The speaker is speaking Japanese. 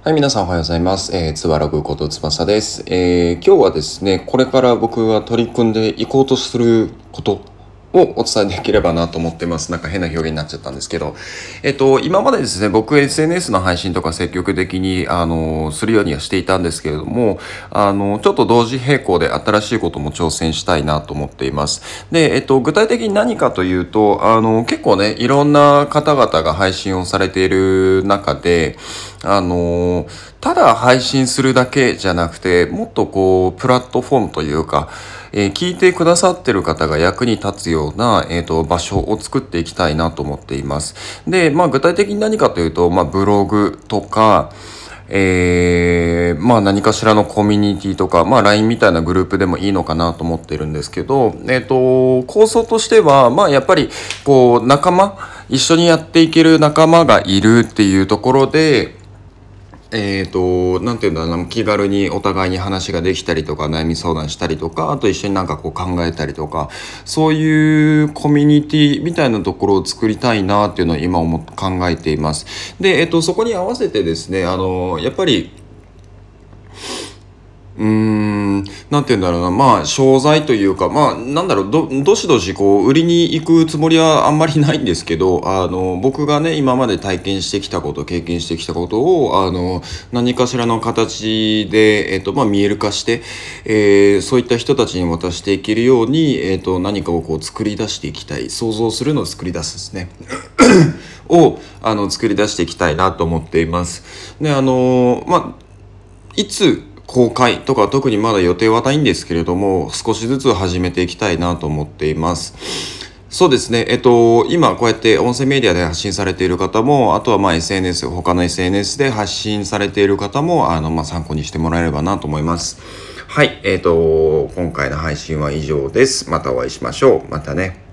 はい、皆さんおはようございます。つわらぐことつばさです。今日はですね、これから僕が取り組んでいこうとすることをお伝えできればなと思ってます。なんか変な表現になっちゃったんですけど。今までですね、僕 SNS の配信とか積極的に、するようにはしていたんですけれども、ちょっと同時並行で新しいことも挑戦したいなと思っています。で、具体的に何かというと、結構ね、いろんな方々が配信をされている中で、ただ配信するだけじゃなくて、もっとこう、プラットフォームというか、聞いてくださってる方が役に立つような、場所を作っていきたいなと思っています。で、具体的に何かというと、ブログとか、何かしらのコミュニティとか、LINE みたいなグループでもいいのかなと思ってるんですけど、構想としては、やっぱり、こう、一緒にやっていける仲間がいるっていうところで、なんていうんだろうな、気軽にお互いに話ができたりとか、悩み相談したりとか、あと一緒になんかこう考えたりとか、そういうコミュニティみたいなところを作りたいなっていうのを今考えています。で、そこに合わせてですね、やっぱり、なんて言うんだろうな、商材というか、どしどしこう、売りに行くつもりはあんまりないんですけど、僕がね、今まで体験してきたこと、経験してきたことを、何かしらの形で、見える化して、そういった人たちに渡していけるように、何かをこう、作り出していきたい。想像するのを作り出すですね。を、作り出していきたいなと思っています。で、いつ公開とか特にまだ予定はないんですけれども、少しずつ始めていきたいなと思っています。そうですね。今こうやって音声メディアで発信されている方も、あとはSNS、他の SNS で発信されている方も、参考にしてもらえればなと思います。はい。今回の配信は以上です。またお会いしましょう。またね。